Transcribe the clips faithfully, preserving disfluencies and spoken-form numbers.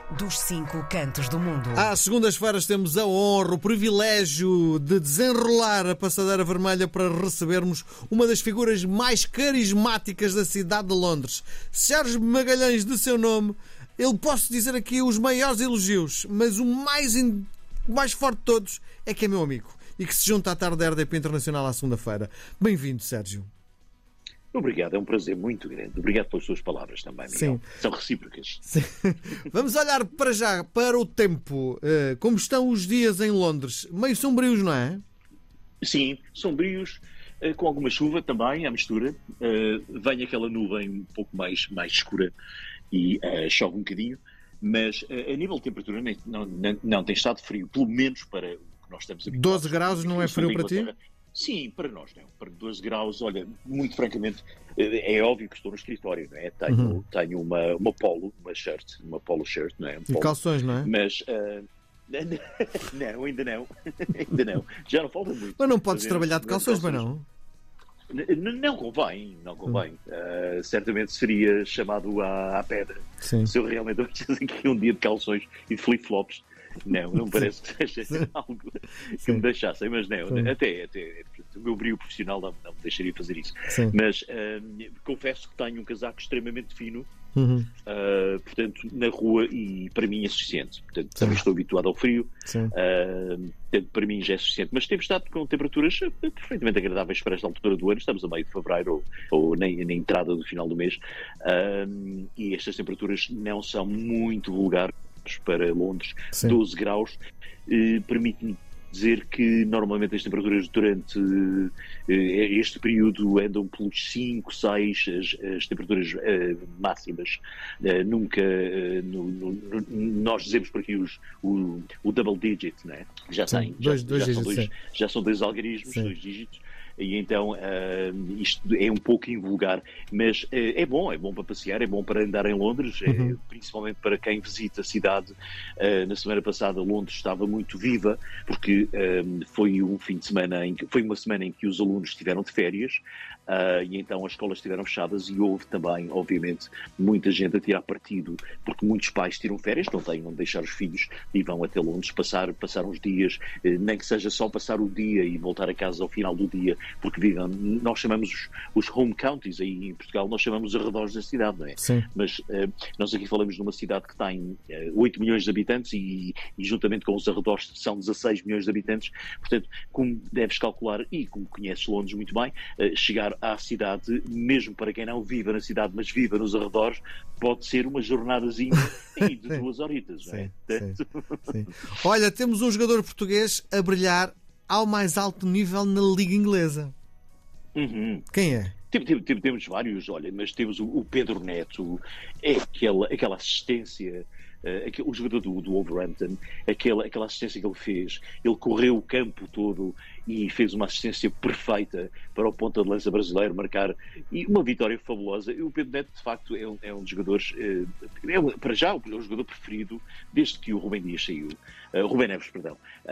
dos cinco cantos do mundo. Às segundas-feiras temos a honra, o privilégio de desenrolar a passadeira vermelha para recebermos uma das figuras mais carismáticas da cidade de Londres. Sérgio Magalhães, de seu nome, ele posso dizer aqui os maiores elogios, mas o mais, in... o mais forte de todos é que é meu amigo e que se junta à tarde da R D P Internacional à segunda-feira. Bem-vindo, Sérgio. Obrigado, é um prazer muito grande. Obrigado pelas suas palavras também, Miguel. Sim. São recíprocas. Sim. Vamos olhar para já, para o tempo. Como estão os dias em Londres? Meio sombrios, não é? Sim, sombrios, com alguma chuva também, à mistura. Vem aquela nuvem um pouco mais, mais escura e chove um bocadinho. Mas a nível de temperatura não, não, não tem estado frio, pelo menos para o que nós estamos habituados. doze graus não é frio para ti? Sim, para nós não. Para doze graus, olha, muito francamente, é óbvio que estou no escritório, não é? Tenho, uhum. tenho uma, uma polo, uma shirt, uma polo shirt, não é? Um e calções, não é? Mas, uh, não, ainda não, ainda não. Já não falta muito. Mas não podes Fazer trabalhar de calções, mas não? Não, não convém, não convém. Uhum. Uh, certamente seria chamado à, à pedra. Sim. Se eu realmente tivesse aqui um dia de calções e de flip-flops. Não, não parece que seja algo que Sim. me deixassem, mas não, Sim. até, até o meu brio profissional não, não me deixaria fazer isso. Sim. Mas uh, confesso que tenho um casaco extremamente fino, uhum. uh, portanto, na rua, e para mim é suficiente. Portanto, Sim. também estou habituado ao frio, uh, portanto, para mim já é suficiente. Mas temos estado com temperaturas perfeitamente agradáveis para esta altura do ano, estamos a meio de fevereiro ou, ou na, na entrada do final do mês, uh, e estas temperaturas não são muito vulgares para Londres. Sim. doze graus, eh, permite-me dizer que normalmente as temperaturas durante eh, este período andam pelos cinco, seis, as, as temperaturas eh, máximas. Eh, nunca, eh, no, no, no, nós dizemos por aqui os, o, o double digit, né? Já, sim, tem, dois, já, dois já, dígitos, são dois, já são dois algarismos, sim. dois dígitos. E então uh, isto é um pouco invulgar, mas uh, é bom, é bom para passear, é bom para andar em Londres, uhum. uh, principalmente para quem visita a cidade. Uh, na semana passada Londres estava muito viva, porque uh, foi um fim de semana, em que, foi uma semana em que os alunos estiveram de férias, uh, e então as escolas estiveram fechadas e houve também, obviamente, muita gente a tirar partido, porque muitos pais tiram férias, não têm onde deixar os filhos e vão até Londres passar, passar uns dias, uh, nem que seja só passar o dia e voltar a casa ao final do dia, porque digam, nós chamamos os, os home counties, aí em Portugal nós chamamos os arredores da cidade, não é? Sim. Mas uh, nós aqui falamos de uma cidade que tem uh, oito milhões de habitantes e, e juntamente com os arredores são dezasseis milhões de habitantes, portanto, como deves calcular e como conheces Londres muito bem, uh, chegar à cidade, mesmo para quem não viva na cidade, mas viva nos arredores, pode ser uma jornadazinha de duas horitas, não é? Sim, sim, sim. Olha, temos um jogador português a brilhar ao mais alto nível na Liga Inglesa. Uhum. Quem é? Tem, tem, tem, temos vários, olha, mas temos o, o Pedro Neto, é aquela, aquela assistência, uh, aquele, o jogador do, do Wolverhampton, aquela, aquela assistência que ele fez, ele correu o campo todo e fez uma assistência perfeita para o ponta de lança brasileiro marcar, e uma vitória fabulosa. E o Pedro Neto, de facto, é um, é um dos jogadores, uh, é um, para já, é o jogador preferido desde que o Rubem Dias saiu. Uh, Rubem Neves, perdão.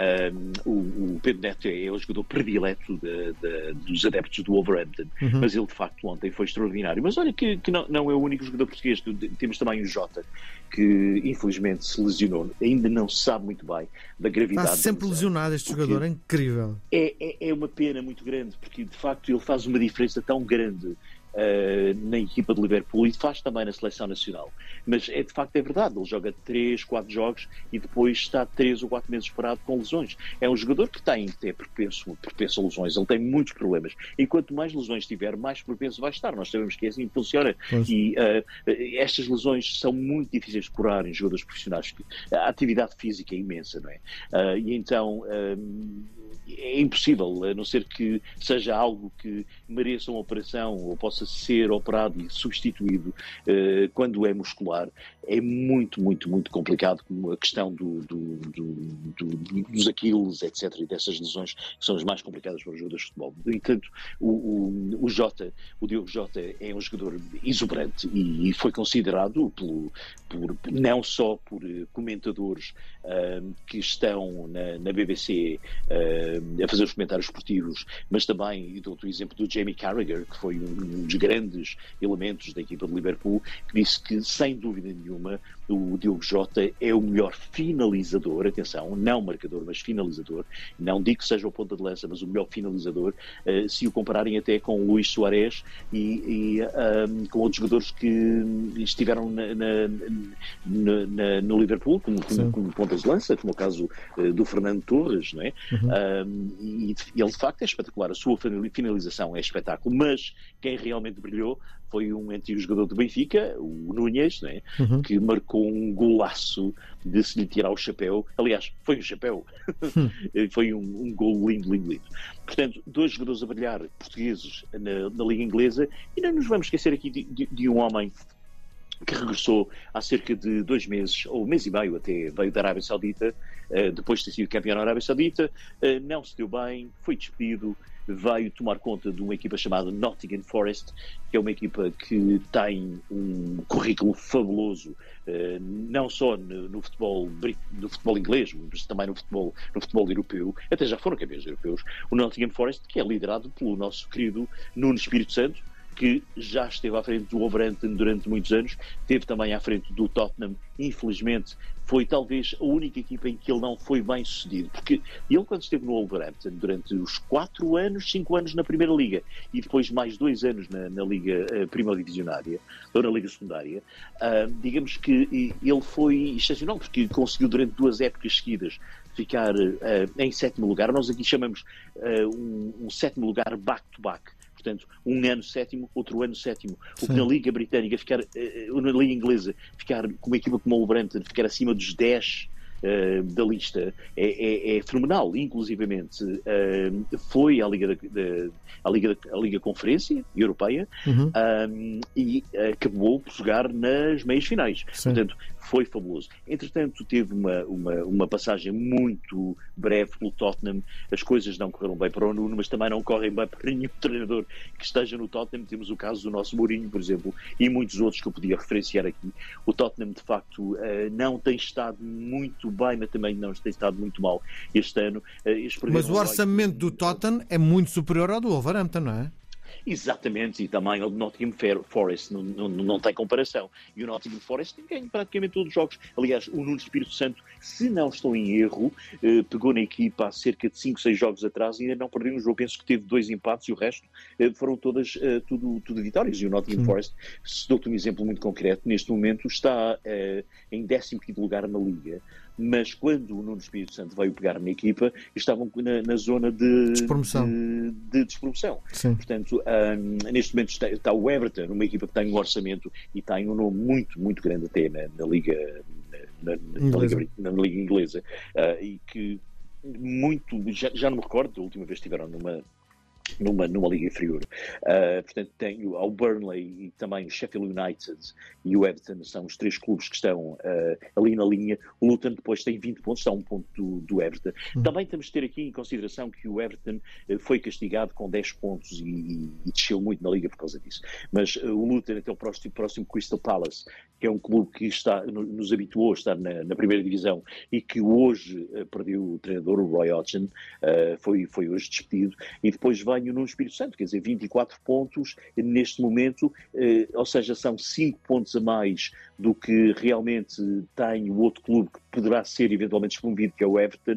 Uh, o, o Pedro Neto é, é o jogador predileto de, de, dos adeptos do Wolverhampton, uhum. mas ele, de facto, ontem foi extraordinário. Mas olha que, que não, não é o único jogador português. Temos também o Jota, que infelizmente se lesionou. Ainda não se sabe muito bem da gravidade. Está sempre lesionado este jogador, é incrível. É, é, é uma pena muito grande, porque de facto ele faz uma diferença tão grande Uh, na equipa de Liverpool e faz também na seleção nacional, mas é, de facto é verdade, ele joga três, quatro jogos e depois está três ou quatro meses parado com lesões. É um jogador que tem, é propenso, propenso a lesões, ele tem muitos problemas, e quanto mais lesões tiver, mais propenso vai estar. Nós sabemos que é assim que funciona, pois. E uh, estas lesões são muito difíceis de curar em jogadores profissionais. A atividade física é imensa, não é? Uh, e então uh, é impossível, a não ser que seja algo que mereça uma operação ou possa ser operado e substituído uh, quando é muscular. É muito, muito, muito complicado, como a questão do, do, do, do, dos Aquiles, etcétera, e dessas lesões que são as mais complicadas para os jogadores de futebol. No entanto, o, o, o Jota, o Diogo Jota é um jogador exuberante e, e foi considerado pelo, por, não só por comentadores uh, que estão na, na B B C uh, a fazer os comentários esportivos, mas também, e dou o exemplo do Jamie Carragher, que foi um, um dos grandes elementos da equipa de Liverpool, que disse que, sem dúvida nenhuma, O Diogo Jota é o melhor finalizador, atenção, não marcador, mas finalizador. Não digo que seja o ponta de lança, mas o melhor finalizador, uh, se o compararem até com o Luís Soares e, e um, com outros jogadores que estiveram na, na, na, na, no Liverpool, como, como, como pontas de lança, como o caso uh, do Fernando Torres, não é? Uhum. Um, e, e ele de facto é espetacular, a sua finalização é espetáculo, mas quem realmente brilhou foi um antigo jogador do Benfica, o Núñez, né, uhum. que marcou um golaço de se lhe tirar o chapéu. Aliás, foi um chapéu. Hum. Foi um, um gol lindo, lindo, lindo. Portanto, dois jogadores a brilhar, portugueses, na, na Liga Inglesa. E não nos vamos esquecer aqui de, de, de um homem que regressou há cerca de dois meses, ou um mês e meio até, veio da Arábia Saudita, depois de ter sido campeão na Arábia Saudita, não se deu bem, foi despedido, veio tomar conta de uma equipa chamada Nottingham Forest, que é uma equipa que tem um currículo fabuloso, não só no futebol, no futebol inglês, mas também no futebol, no futebol europeu, até já foram campeões europeus. O Nottingham Forest, que é liderado pelo nosso querido Nuno Espírito Santo, que já esteve à frente do Wolverhampton durante muitos anos, esteve também à frente do Tottenham. Infelizmente foi talvez a única equipa em que ele não foi bem sucedido, porque ele, quando esteve no Wolverhampton durante os quatro anos, cinco anos na Primeira Liga e depois mais dois anos na, na Liga uh, Primeira Divisionária, ou na Liga Secundária, uh, digamos que ele foi excepcional, porque conseguiu durante duas épocas seguidas ficar uh, em sétimo lugar. Nós aqui chamamos uh, um, um sétimo lugar back-to-back. Portanto, um ano sétimo, outro ano sétimo. O que na Liga Britânica, ficar, uh, na Liga Inglesa, ficar com uma equipa como o Wolverhampton, ficar acima dos dez uh, da lista é, é, é fenomenal. Inclusivamente, uh, foi à Liga, da, da, à Liga, da, à Liga Conferência Europeia uhum. um, e acabou por jogar nas meias finais. Sim. Portanto, foi fabuloso. Entretanto, teve uma, uma, uma passagem muito breve pelo Tottenham. As coisas não correram bem para o Nuno, mas também não correm bem para nenhum treinador que esteja no Tottenham. Temos o caso do nosso Mourinho, por exemplo, e muitos outros que eu podia referenciar aqui. O Tottenham, de facto, não tem estado muito bem, mas também não tem estado muito mal este ano. Mas o orçamento do Tottenham é muito superior ao do Wolverhampton, não é? Exatamente, e também o Nottingham Forest não, não, não tem comparação. E o Nottingham Forest ganha praticamente todos os jogos. Aliás, o Nuno Espírito Santo, se não estou em erro, eh, pegou na equipa há cerca de cinco, seis jogos atrás e ainda não perdeu um jogo. Penso que teve dois empates e o resto eh, foram todas eh, tudo, tudo vitórias. E o Nottingham Sim. Forest, se dou-te um exemplo muito concreto, neste momento está eh, em décimo quinto lugar na Liga. Mas quando o Nuno Espírito Santo veio pegar na equipa, estavam na, na zona de despromoção. De, de despromoção. Portanto, um, neste momento está, está o Everton, uma equipa que tem um orçamento e tem um nome muito, muito grande até na, na Liga na, na, na, Liga, na Liga Inglesa, uh, e que muito, já, já não me recordo, a última vez estiveram numa Numa, numa liga inferior. Uh, portanto, tem o, o Burnley e também o Sheffield United e o Everton são os três clubes que estão uh, ali na linha. O Luton depois tem vinte pontos, está a um ponto do, do Everton. Uhum. Também temos de ter aqui em consideração que o Everton uh, foi castigado com dez pontos e, e, e desceu muito na liga por causa disso. Mas uh, o Luton até o próximo, próximo Crystal Palace, que é um clube que está, nos habituou a estar na, na primeira divisão e que hoje uh, perdeu o treinador, o Roy Hodgson, uh, foi, foi hoje despedido, e depois vem o Nuno Espírito Santo, quer dizer, vinte e quatro pontos neste momento, eh, ou seja, são cinco pontos a mais do que realmente tem o outro clube que poderá ser eventualmente despromovido, que é o Everton.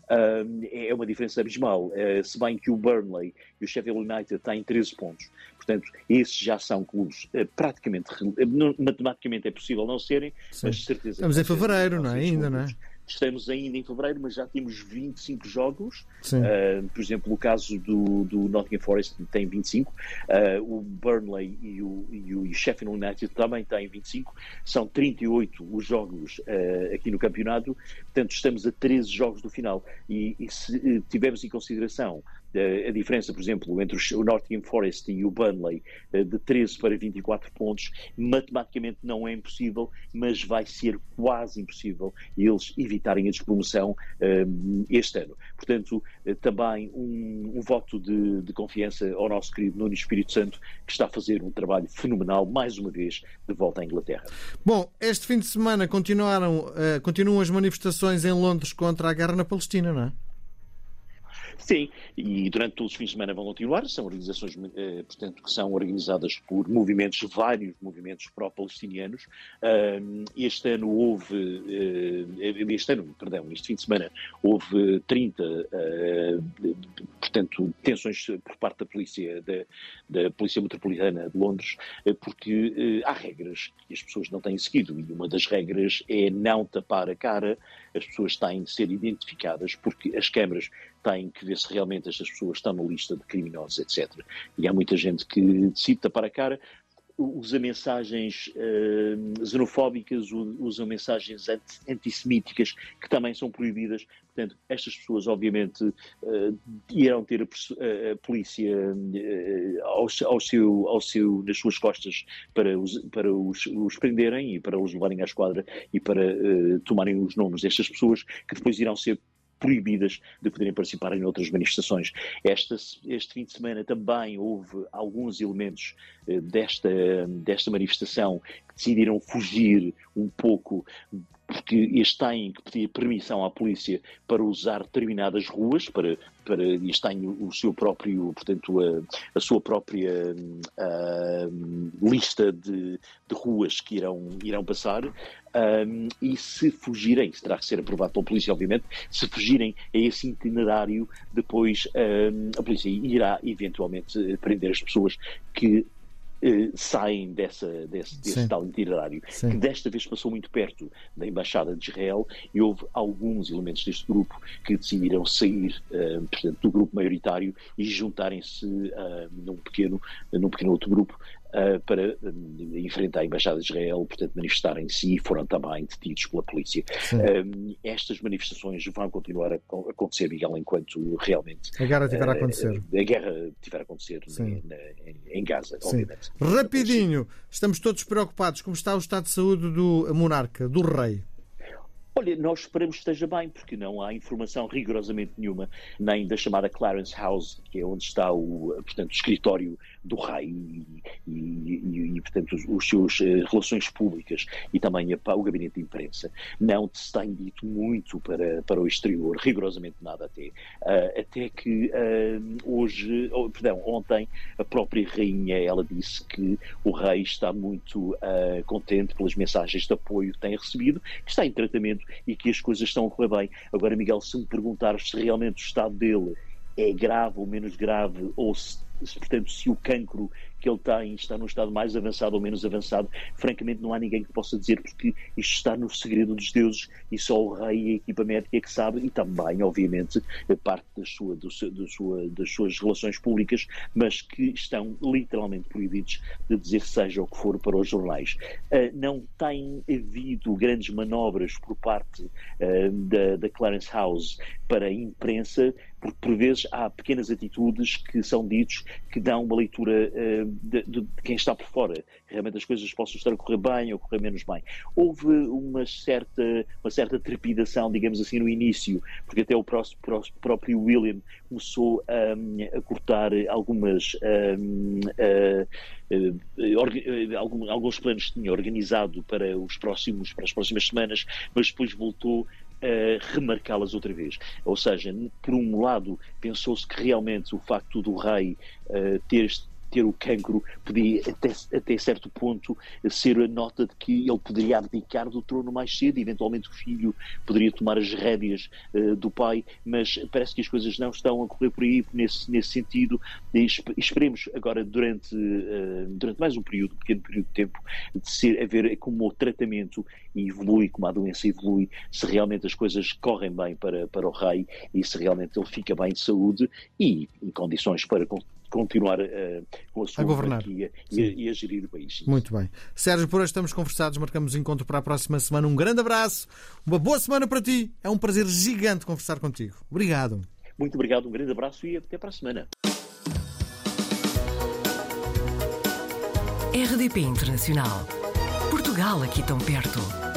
Uh, é uma diferença abismal, uh, se bem que o Burnley e o Sheffield United têm treze pontos. Portanto, esses já são clubes uh, praticamente, uh, matematicamente é possível não serem, Sim. mas certeza... Estamos em fevereiro, não é? Ainda, não é? Estamos ainda em fevereiro, mas já temos vinte e cinco jogos. Uh, por exemplo, o caso do, do Nottingham Forest tem vinte e cinco. Uh, o Burnley e o, e o Sheffield United também têm vinte e cinco. São trinta e oito os jogos uh, aqui no campeonato. Portanto, estamos a treze jogos do final. E, e se uh, tivermos em consideração a diferença, por exemplo, entre o Nottingham Forest e o Burnley de treze para vinte e quatro pontos, matematicamente não é impossível, mas vai ser quase impossível eles evitarem a despromoção um, este ano. Portanto, também um, um voto de, de confiança ao nosso querido Nuno Espírito Santo, que está a fazer um trabalho fenomenal, mais uma vez, de volta à Inglaterra. Bom, este fim de semana continuaram, uh, continuam as manifestações em Londres contra a guerra na Palestina, não é? Sim, e durante todos os fins de semana vão continuar. São organizações, eh, portanto, que são organizadas por movimentos, vários movimentos pró-palestinianos. Uh, este ano houve, uh, este ano, perdão, este fim de semana houve trinta, uh, portanto, detenções por parte da polícia, da, da Polícia Metropolitana de Londres, uh, porque uh, há regras que as pessoas não têm seguido, e uma das regras é não tapar a cara. As pessoas têm de ser identificadas, porque as câmaras têm que ver se realmente estas pessoas estão na lista de criminosos, etcétera. E há muita gente que decide tapar a cara, usa mensagens uh, xenofóbicas, usa mensagens anti- antissemíticas, que também são proibidas. Portanto, estas pessoas, obviamente, uh, irão ter a, a, a polícia uh, ao, ao seu, ao seu, nas suas costas para, os, para os, os prenderem e para os levarem à esquadra e para uh, tomarem os nomes destas pessoas, que depois irão ser proibidas de poderem participar em outras manifestações. Esta, este fim de semana também houve alguns elementos uh, desta, desta manifestação que decidiram fugir um pouco, porque eles têm que pedir permissão à polícia para usar determinadas ruas, para, para eles têm o seu próprio, portanto, a, a sua própria a, lista de, de ruas que irão, irão passar. Um, e se fugirem, isso terá que ser aprovado pela polícia, obviamente, se fugirem a esse itinerário, depois um, a polícia irá eventualmente prender as pessoas que Uh, saem dessa, desse, desse tal itinerário, Sim. que desta vez passou muito perto da Embaixada de Israel, e houve alguns elementos deste grupo que decidiram sair uh, portanto, do grupo maioritário e juntarem-se uh, num, pequeno, num pequeno outro grupo uh, para uh, enfrentar a Embaixada de Israel, portanto manifestarem-se, e foram também detidos pela polícia. Uh, estas manifestações vão continuar a acontecer, Miguel, enquanto realmente a guerra estiver a acontecer. Uh, a guerra estiver a acontecer em, em, em Gaza, Sim. obviamente. Rapidinho, estamos todos preocupados. Como está o estado de saúde do monarca, do rei? Olha, nós esperamos que esteja bem, porque não há informação rigorosamente nenhuma, nem da chamada Clarence House, que é onde está o, portanto, o escritório do rei e, e, e, e portanto, os, os seus uh, relações públicas e também a, o gabinete de imprensa. Não se tem dito muito para, para o exterior, rigorosamente nada até. Uh, até que uh, hoje, oh, perdão, ontem, a própria rainha, ela disse que o rei está muito uh, contente pelas mensagens de apoio que tem recebido, que está em tratamento e que as coisas estão a correr bem. Agora, Miguel, se me perguntares se realmente o estado dele é grave ou menos grave, ou se, se, portanto, se o cancro que ele tem está num estado mais avançado ou menos avançado, francamente não há ninguém que possa dizer, porque isto está no segredo dos deuses e só o rei e a equipa médica é que sabe, e também, obviamente, a parte da sua, do, do sua, das suas relações públicas, mas que estão literalmente proibidos de dizer seja o que for para os jornais. Uh, não tem havido grandes manobras por parte uh, da, da Clarence House para a imprensa, porque por vezes há pequenas atitudes que são ditos que dão uma leitura uh, de, de, de quem está por fora. Realmente as coisas possam estar a correr bem ou a correr menos bem. Houve uma certa, uma certa trepidação, digamos assim, no início, porque até o próximo, próprio William começou um, a cortar algumas um, uh, uh, orga, algum, alguns planos que tinha organizado para, os próximos, para as próximas semanas, mas depois voltou a remarcá-las outra vez. Ou seja, por um lado, pensou-se que realmente o facto do rei uh, ter ter o cancro podia até, até certo ponto ser a nota de que ele poderia abdicar do trono mais cedo, eventualmente o filho poderia tomar as rédeas uh, do pai, mas parece que as coisas não estão a correr por aí nesse, nesse sentido, e esperemos agora durante, uh, durante mais um período, um pequeno período de tempo, de ser, a ver como o tratamento evolui, como a doença evolui, se realmente as coisas correm bem para, para o rei e se realmente ele fica bem de saúde e em condições para continuar uh, com a sua monarquia e, e a gerir o país. Muito bem. Sérgio, por hoje estamos conversados, marcamos encontro para a próxima semana. Um grande abraço, uma boa semana para ti. É um prazer gigante conversar contigo. Obrigado. Muito obrigado, um grande abraço e até para a semana. R D P Internacional. Portugal aqui tão perto.